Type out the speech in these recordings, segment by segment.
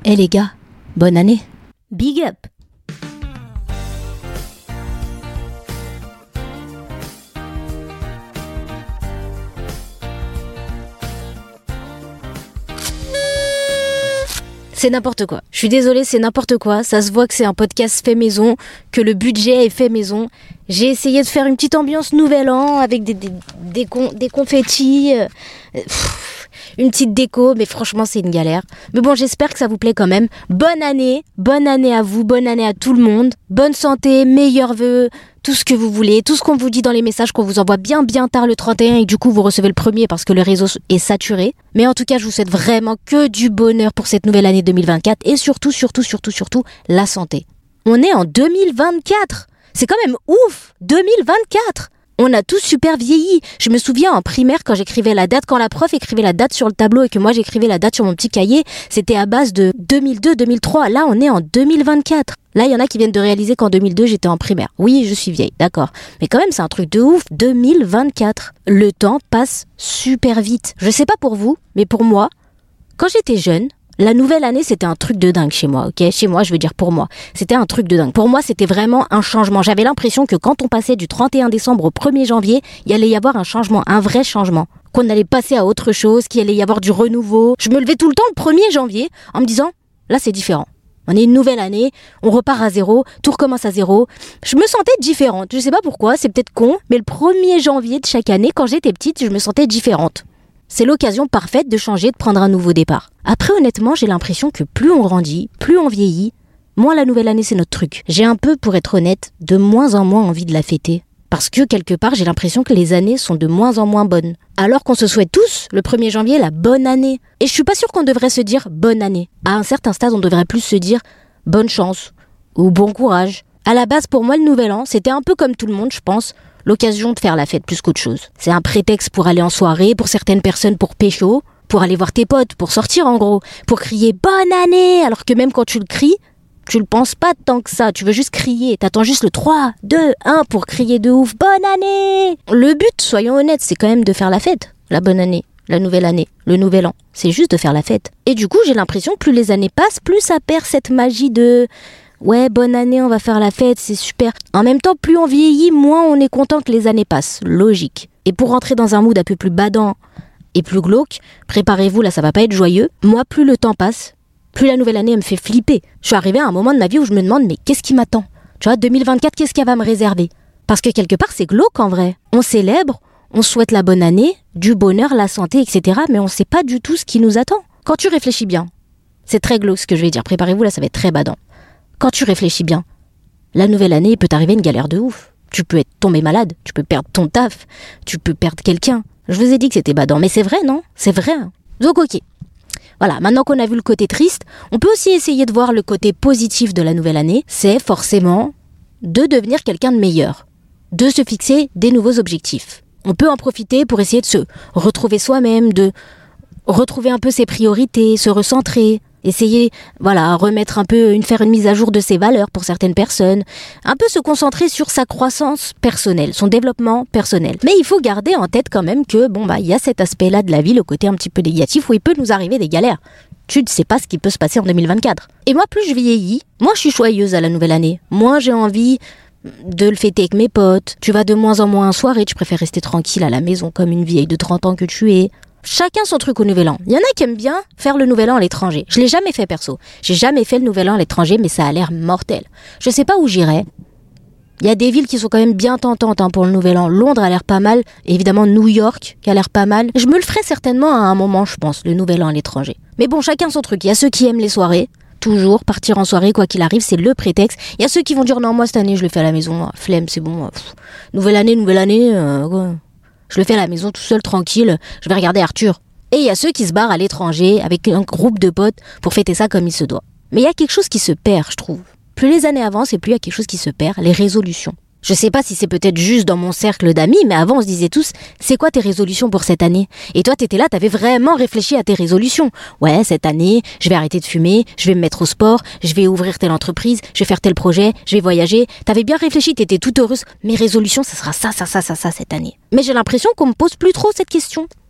Eh les gars, bonne année. Big up. C'est n'importe quoi. Je suis désolée, c'est n'importe quoi. Ça se voit que c'est un podcast fait maison, que le budget est fait maison. J'ai essayé de faire une petite ambiance nouvel an avec des confettis, une petite déco, mais franchement c'est une galère. Mais bon, j'espère que ça vous plaît quand même. Bonne année à vous, bonne année à tout le monde. Bonne santé, meilleurs vœux, tout ce que vous voulez, tout ce qu'on vous dit dans les messages qu'on vous envoie bien tard le 31 et du coup vous recevez le premier parce que le réseau est saturé. Mais en tout cas, je vous souhaite vraiment que du bonheur pour cette nouvelle année 2024 et surtout, la santé. On est en 2024. C'est quand même ouf, 2024. On a tous super vieilli. Je me souviens en primaire quand j'écrivais la date, quand la prof écrivait la date sur le tableau et que moi j'écrivais la date sur mon petit cahier, c'était à base de 2002, 2003. Là, on est en 2024. Là, il y en a qui viennent de réaliser qu'en 2002, j'étais en primaire. Oui, je suis vieille, d'accord. Mais quand même, c'est un truc de ouf. 2024. Le temps passe super vite. Je sais pas pour vous, mais pour moi, quand j'étais jeune, la nouvelle année, c'était un truc de dingue chez moi, ok ? Chez moi, je veux dire pour moi. C'était un truc de dingue. Pour moi, c'était vraiment un changement. J'avais l'impression que quand on passait du 31 décembre au 1er janvier, il allait y avoir un changement, un vrai changement. Qu'on allait passer à autre chose, qu'il allait y avoir du renouveau. Je me levais tout le temps le 1er janvier en me disant, là, c'est différent. On est une nouvelle année, on repart à zéro, tout recommence à zéro. Je me sentais différente. Je sais pas pourquoi, c'est peut-être con, mais le 1er janvier de chaque année, quand j'étais petite, je me sentais différente. C'est l'occasion parfaite de changer, de prendre un nouveau départ. Après, honnêtement, j'ai l'impression que plus on grandit, plus on vieillit, moins la nouvelle année, c'est notre truc. J'ai un peu, pour être honnête, de moins en moins envie de la fêter. Parce que, quelque part, j'ai l'impression que les années sont de moins en moins bonnes. Alors qu'on se souhaite tous, le 1er janvier, la bonne année. Et je suis pas sûre qu'on devrait se dire bonne année. À un certain stade, on devrait plus se dire bonne chance ou bon courage. À la base, pour moi, le nouvel an, c'était un peu comme tout le monde, je pense, l'occasion de faire la fête plus qu'autre chose. C'est un prétexte pour aller en soirée, pour certaines personnes pour pécho, pour aller voir tes potes, pour sortir en gros, pour crier « Bonne année !» alors que même quand tu le cries, tu le penses pas tant que ça, tu veux juste crier, t'attends juste le 3, 2, 1 pour crier de ouf « Bonne année !» Le but, soyons honnêtes, c'est quand même de faire la fête, la bonne année, la nouvelle année, le nouvel an. C'est juste de faire la fête. Et du coup, j'ai l'impression que plus les années passent, plus ça perd cette magie de... Ouais, bonne année, on va faire la fête, c'est super. En même temps, plus on vieillit, moins on est content que les années passent. Logique. Et pour rentrer dans un mood un peu plus badant et plus glauque, préparez-vous, là ça va pas être joyeux. Moi, plus le temps passe, plus la nouvelle année elle me fait flipper. Je suis arrivée à un moment de ma vie où je me demande, mais qu'est-ce qui m'attend ? Tu vois, 2024, qu'est-ce qu'elle va me réserver ? Parce que quelque part, c'est glauque en vrai. On célèbre, on souhaite la bonne année, du bonheur, la santé, etc. Mais on sait pas du tout ce qui nous attend. Quand tu réfléchis bien, c'est très glauque ce que je vais dire. Préparez-vous, là ça va être très badant. Quand tu réfléchis bien, la nouvelle année, il peut t'arriver une galère de ouf. Tu peux être tombé malade, tu peux perdre ton taf, tu peux perdre quelqu'un. Je vous ai dit que c'était badant, mais c'est vrai, non ? C'est vrai. Donc ok. Voilà, maintenant qu'on a vu le côté triste, on peut aussi essayer de voir le côté positif de la nouvelle année. C'est forcément de devenir quelqu'un de meilleur, de se fixer des nouveaux objectifs. On peut en profiter pour essayer de se retrouver soi-même, de retrouver un peu ses priorités, se recentrer. Essayer, faire une mise à jour de ses valeurs pour certaines personnes. Un peu se concentrer sur sa croissance personnelle, son développement personnel. Mais il faut garder en tête quand même que, il y a cet aspect-là de la vie, le côté un petit peu négatif, où il peut nous arriver des galères. Tu ne sais pas ce qui peut se passer en 2024. Et moi, plus je vieillis, moins je suis joyeuse à la nouvelle année. Moins j'ai envie de le fêter avec mes potes. Tu vas de moins en moins en soirée, tu préfères rester tranquille à la maison comme une vieille de 30 ans que tu es. Chacun son truc au nouvel an. Il y en a qui aiment bien faire le nouvel an à l'étranger. Je l'ai jamais fait perso. J'ai jamais fait le nouvel an à l'étranger, mais ça a l'air mortel. Je sais pas où j'irai. Il y a des villes qui sont quand même bien tentantes pour le nouvel an. Londres a l'air pas mal. Évidemment, New York qui a l'air pas mal. Je me le ferai certainement à un moment, je pense, le nouvel an à l'étranger. Mais bon, chacun son truc. Il y a ceux qui aiment les soirées. Toujours, partir en soirée, quoi qu'il arrive, c'est le prétexte. Il y a ceux qui vont dire, non, moi cette année, je le fais à la maison. Flemme, c'est bon. Nouvelle année, je le fais à la maison tout seul, tranquille. Je vais regarder Arthur. Et il y a ceux qui se barrent à l'étranger avec un groupe de potes pour fêter ça comme il se doit. Mais il y a quelque chose qui se perd, je trouve. Plus les années avancent et plus il y a quelque chose qui se perd, les résolutions. Je sais pas si c'est peut-être juste dans mon cercle d'amis, mais avant on se disait tous, c'est quoi tes résolutions pour cette année ? Et toi t'étais là, t'avais vraiment réfléchi à tes résolutions. Ouais, cette année, je vais arrêter de fumer, je vais me mettre au sport, je vais ouvrir telle entreprise, je vais faire tel projet, je vais voyager. T'avais bien réfléchi, t'étais toute heureuse. Mes résolutions, ça sera ça cette année. Mais j'ai l'impression qu'on me pose plus trop cette question.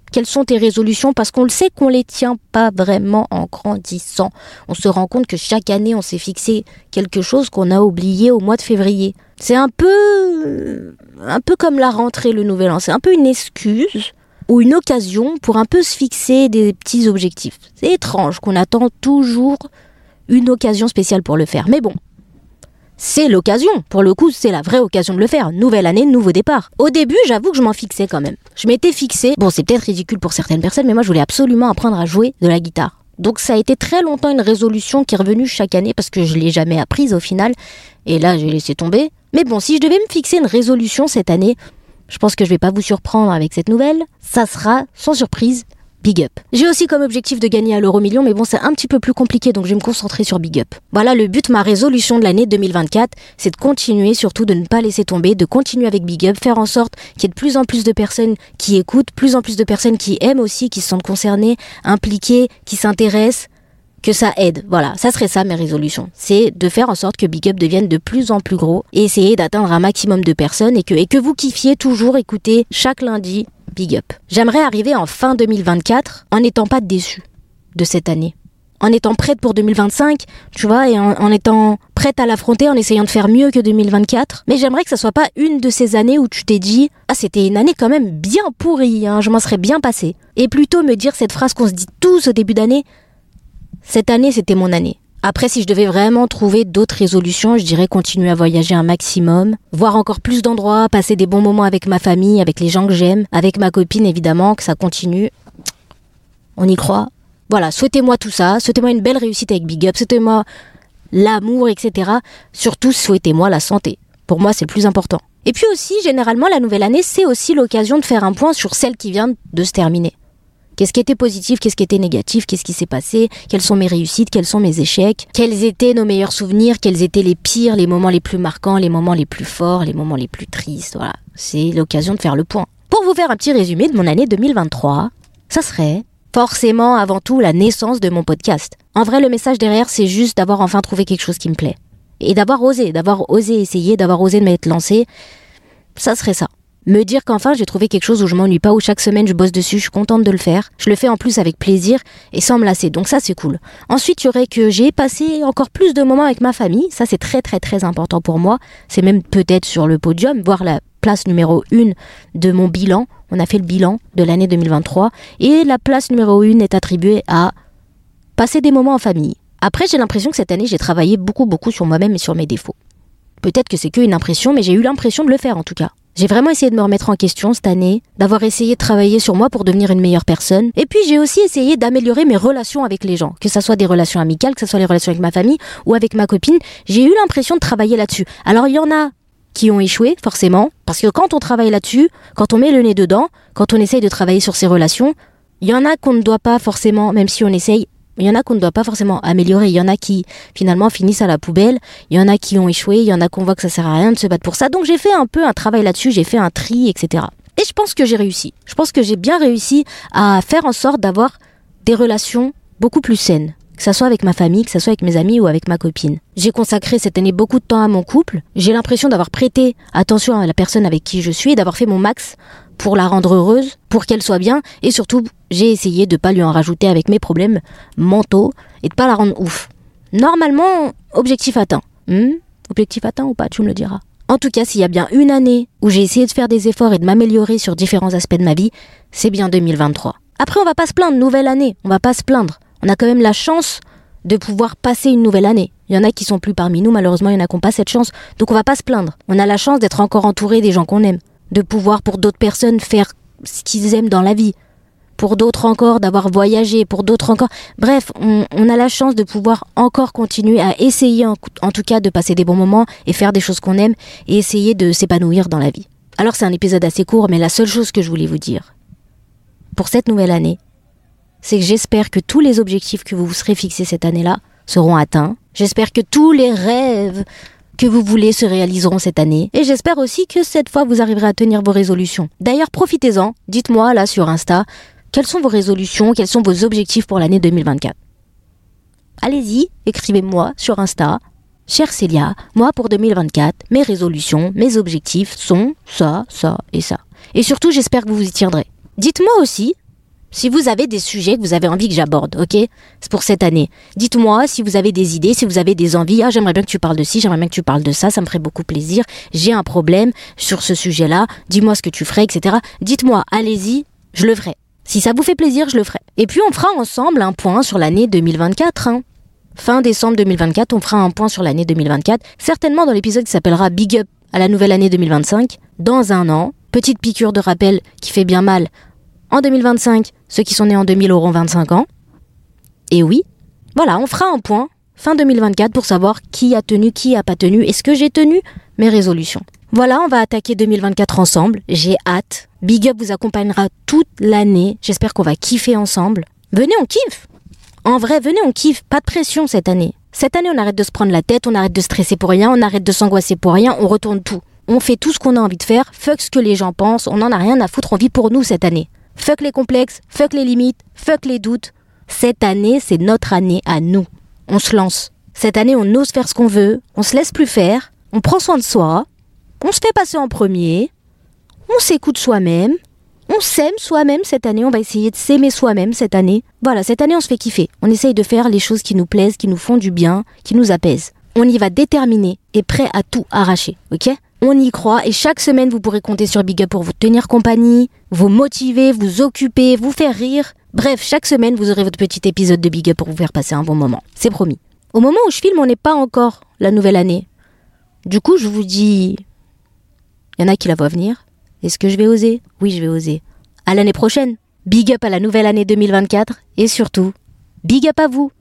Quelles sont tes résolutions? Parce qu'on le sait qu'on les tient pas vraiment en grandissant. On se rend compte que chaque année, on s'est fixé quelque chose qu'on a oublié au mois de février. C'est un peu comme la rentrée, le nouvel an. C'est un peu une excuse ou une occasion pour un peu se fixer des petits objectifs. C'est étrange qu'on attend toujours une occasion spéciale pour le faire. Mais bon, c'est l'occasion. Pour le coup, c'est la vraie occasion de le faire. Nouvelle année, nouveau départ. Au début, j'avoue que je m'en fixais quand même. Je m'étais fixé. Bon, c'est peut-être ridicule pour certaines personnes, mais moi, je voulais absolument apprendre à jouer de la guitare. Donc, ça a été très longtemps une résolution qui est revenue chaque année parce que je l'ai jamais apprise au final. Et là, j'ai laissé tomber. Mais bon, si je devais me fixer une résolution cette année, je pense que je vais pas vous surprendre avec cette nouvelle. Ça sera, sans surprise, Big Up. J'ai aussi comme objectif de gagner à l'euro-million, mais bon, c'est un petit peu plus compliqué, donc je vais me concentrer sur Big Up. Voilà, le but, ma résolution de l'année 2024, c'est de continuer, surtout de ne pas laisser tomber, de continuer avec Big Up, faire en sorte qu'il y ait de plus en plus de personnes qui écoutent, plus en plus de personnes qui aiment aussi, qui se sentent concernées, impliquées, qui s'intéressent, que ça aide. Voilà, ça serait ça mes résolutions. C'est de faire en sorte que Big Up devienne de plus en plus gros et essayer d'atteindre un maximum de personnes et que vous kiffiez toujours écouter chaque lundi Big Up. J'aimerais arriver en fin 2024 en n'étant pas déçue de cette année. En étant prête pour 2025, tu vois, et en étant prête à l'affronter, en essayant de faire mieux que 2024. Mais j'aimerais que ça soit pas une de ces années où tu t'es dit « Ah, c'était une année quand même bien pourrie, hein, je m'en serais bien passé. » Et plutôt me dire cette phrase qu'on se dit tous au début d'année « Cette année, c'était mon année. » Après, si je devais vraiment trouver d'autres résolutions, je dirais continuer à voyager un maximum, voir encore plus d'endroits, passer des bons moments avec ma famille, avec les gens que j'aime, avec ma copine évidemment, que ça continue. On y croit. Voilà, souhaitez-moi tout ça, souhaitez-moi une belle réussite avec Big Up, souhaitez-moi l'amour, etc. Surtout, souhaitez-moi la santé. Pour moi, c'est le plus important. Et puis aussi, généralement, la nouvelle année, c'est aussi l'occasion de faire un point sur celle qui vient de se terminer. Qu'est-ce qui était positif, qu'est-ce qui était négatif, qu'est-ce qui s'est passé, quelles sont mes réussites, quels sont mes échecs, quels étaient nos meilleurs souvenirs, quels étaient les pires, les moments les plus marquants, les moments les plus forts, les moments les plus tristes, voilà. C'est l'occasion de faire le point. Pour vous faire un petit résumé de mon année 2023, ça serait forcément avant tout la naissance de mon podcast. En vrai, le message derrière, c'est juste d'avoir enfin trouvé quelque chose qui me plaît. Et d'avoir osé essayer, d'avoir osé m'être lancé, ça serait ça. Me dire qu'enfin j'ai trouvé quelque chose où je m'ennuie pas, où chaque semaine je bosse dessus, je suis contente de le faire. Je le fais en plus avec plaisir et sans me lasser, donc ça c'est cool. Ensuite il y aurait que j'ai passé encore plus de moments avec ma famille, ça c'est très très très important pour moi. C'est même peut-être sur le podium, voire la place numéro 1 de mon bilan. On a fait le bilan de l'année 2023 et la place numéro 1 est attribuée à passer des moments en famille. Après j'ai l'impression que cette année j'ai travaillé beaucoup sur moi-même et sur mes défauts. Peut-être que c'est qu'une impression, mais j'ai eu l'impression de le faire en tout cas. J'ai vraiment essayé de me remettre en question cette année, d'avoir essayé de travailler sur moi pour devenir une meilleure personne. Et puis j'ai aussi essayé d'améliorer mes relations avec les gens, que ça soit des relations amicales, que ça soit les relations avec ma famille ou avec ma copine. J'ai eu l'impression de travailler là-dessus. Alors il y en a qui ont échoué, forcément, parce que quand on travaille là-dessus, quand on met le nez dedans, quand on essaye de travailler sur ses relations, il y en a qu'on ne doit pas forcément, même si on essaye, il y en a qu'on ne doit pas forcément améliorer, il y en a qui finalement finissent à la poubelle, il y en a qui ont échoué, il y en a qu'on voit que ça sert à rien de se battre pour ça. Donc j'ai fait un peu un travail là-dessus, j'ai fait un tri, etc. Et je pense que j'ai réussi. Je pense que j'ai bien réussi à faire en sorte d'avoir des relations beaucoup plus saines. Que ça soit avec ma famille, que ça soit avec mes amis ou avec ma copine. J'ai consacré cette année beaucoup de temps à mon couple. J'ai l'impression d'avoir prêté attention à la personne avec qui je suis et d'avoir fait mon max pour la rendre heureuse, pour qu'elle soit bien. Et surtout, j'ai essayé de pas lui en rajouter avec mes problèmes mentaux et de pas la rendre ouf. Normalement, objectif atteint. Objectif atteint ou pas, tu me le diras. En tout cas, s'il y a bien une année où j'ai essayé de faire des efforts et de m'améliorer sur différents aspects de ma vie, c'est bien 2023. Après, on va pas se plaindre, nouvelle année, on va pas se plaindre. On a quand même la chance de pouvoir passer une nouvelle année. Il y en a qui sont plus parmi nous, malheureusement, il y en a qui n'ont pas cette chance. Donc on va pas se plaindre. On a la chance d'être encore entouré des gens qu'on aime. De pouvoir, pour d'autres personnes, faire ce qu'ils aiment dans la vie. Pour d'autres encore, d'avoir voyagé. Pour d'autres encore... Bref, on a la chance de pouvoir encore continuer à essayer, en tout cas, de passer des bons moments et faire des choses qu'on aime et essayer de s'épanouir dans la vie. Alors c'est un épisode assez court, mais la seule chose que je voulais vous dire, pour cette nouvelle année, c'est que j'espère que tous les objectifs que vous vous serez fixés cette année-là seront atteints. J'espère que tous les rêves que vous voulez se réaliseront cette année. Et j'espère aussi que cette fois, vous arriverez à tenir vos résolutions. D'ailleurs, profitez-en. Dites-moi, là, sur Insta, quelles sont vos résolutions, quels sont vos objectifs pour l'année 2024. Allez-y, écrivez-moi sur Insta. Chère Célia, moi, pour 2024, mes résolutions, mes objectifs sont ça, ça et ça. Et surtout, j'espère que vous vous y tiendrez. Dites-moi aussi Si vous avez des sujets que vous avez envie que j'aborde, ok? C'est pour cette année. Dites-moi si vous avez des idées, si vous avez des envies. Ah, j'aimerais bien que tu parles de ci, j'aimerais bien que tu parles de ça, ça me ferait beaucoup plaisir. J'ai un problème sur ce sujet-là, dis-moi ce que tu ferais, etc. Dites-moi, allez-y, je le ferai. Si ça vous fait plaisir, je le ferai. Et puis on fera ensemble un point sur l'année 2024, hein. Fin décembre 2024, on fera un point sur l'année 2024. Certainement dans l'épisode qui s'appellera Big Up à la nouvelle année 2025. Dans un an, petite piqûre de rappel qui fait bien mal. En 2025, ceux qui sont nés en 2000 auront 25 ans. Et oui, voilà, on fera un point fin 2024 pour savoir qui a tenu, qui a pas tenu. Est-ce que j'ai tenu mes résolutions? Voilà, on va attaquer 2024 ensemble. J'ai hâte. Big Up vous accompagnera toute l'année. J'espère qu'on va kiffer ensemble. Venez, on kiffe. En vrai, venez, on kiffe. Pas de pression cette année. Cette année, on arrête de se prendre la tête, on arrête de stresser pour rien, on arrête de s'angoisser pour rien, on retourne tout. On fait tout ce qu'on a envie de faire, fuck ce que les gens pensent, on en a rien à foutre, on vit pour nous cette année. Fuck les complexes, fuck les limites, fuck les doutes. Cette année, c'est notre année à nous. On se lance. Cette année, on ose faire ce qu'on veut, on se laisse plus faire, on prend soin de soi, on se fait passer en premier, on s'écoute soi-même, on s'aime soi-même cette année, on va essayer de s'aimer soi-même cette année. Voilà, cette année on se fait kiffer. On essaye de faire les choses qui nous plaisent, qui nous font du bien, qui nous apaisent. On y va déterminé et prêt à tout arracher, ok? On y croit et chaque semaine vous pourrez compter sur Big Up pour vous tenir compagnie, vous motiver, vous occuper, vous faire rire. Bref, chaque semaine vous aurez votre petit épisode de Big Up pour vous faire passer un bon moment. C'est promis. Au moment où je filme, on n'est pas encore la nouvelle année. Du coup, je vous dis... Il y en a qui la voient venir. Est-ce que je vais oser? Oui, je vais oser. À l'année prochaine. Big Up à la nouvelle année 2024. Et surtout, Big Up à vous.